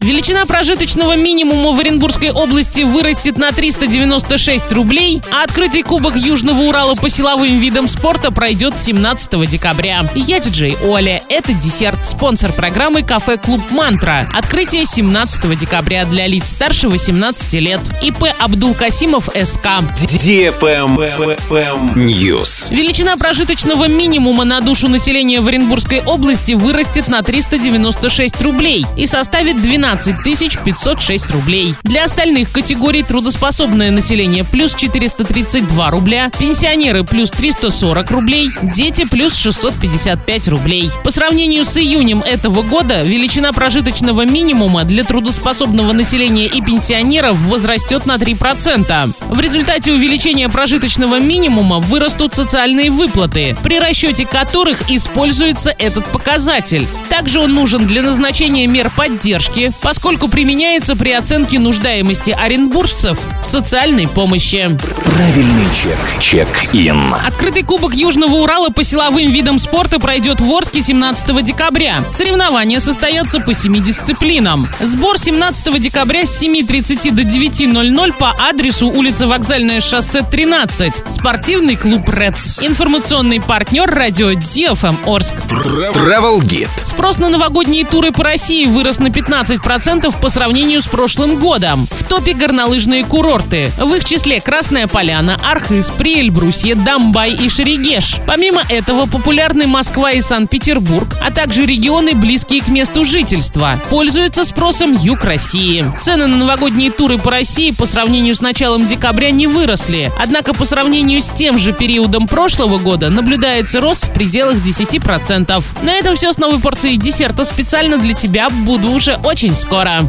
Величина прожиточного минимума в Оренбургской области вырастет на 396 рублей, а открытый Кубок Южного Урала по силовым видам спорта пройдет 17 декабря. Я диджей Оля. Это десерт. Спонсор программы «Кафе-клуб Мантра». Открытие 17 декабря для лиц старше 18 лет. ИП Абдулкасимов СК. News. Величина прожиточного минимума на душу населения в Оренбургской области вырастет на 396 рублей и составит 12 506 рублей. Для остальных категорий трудоспособное население плюс 432 рубля, пенсионеры плюс 340 рублей, дети плюс 655 рублей. По сравнению с июнем этого года величина прожиточного минимума для трудоспособного населения и пенсионеров возрастет на 3%. В результате увеличения прожиточного минимума вырастут социальные выплаты, при расчете которых используется этот показатель. Также он нужен для назначения мер поддержки, поскольку применяется при оценке нуждаемости оренбуржцев в социальной помощи. Правильный чек. Чек-ин. Открытый Кубок Южного Урала по силовым видам спорта пройдет в Орске 17 декабря. Соревнования состоятся по 7 дисциплинам. Сбор 17 декабря с 7:30 до 9:00 по адресу улица Вокзальное шоссе 13. Спортивный клуб «Рэдс». Информационный партнер радио DFM Орск. Travel Guide. Спрос на новогодние туры по России вырос на 15% по сравнению с прошлым годом. В топе горнолыжные курорты. В их числе Красная Поляна, Архыз, Приэльбрусье, Дамбай и Шерегеш. Помимо этого популярны Москва и Санкт-Петербург, а также регионы, близкие к месту жительства. Пользуется спросом юг России. Цены на новогодние туры по России по сравнению с началом декабря не выросли. Однако по сравнению с тем же периодом прошлого года наблюдается рост в пределах 10%. На этом все с новой порцией десерта специально для тебя. Буду уже очень скоро.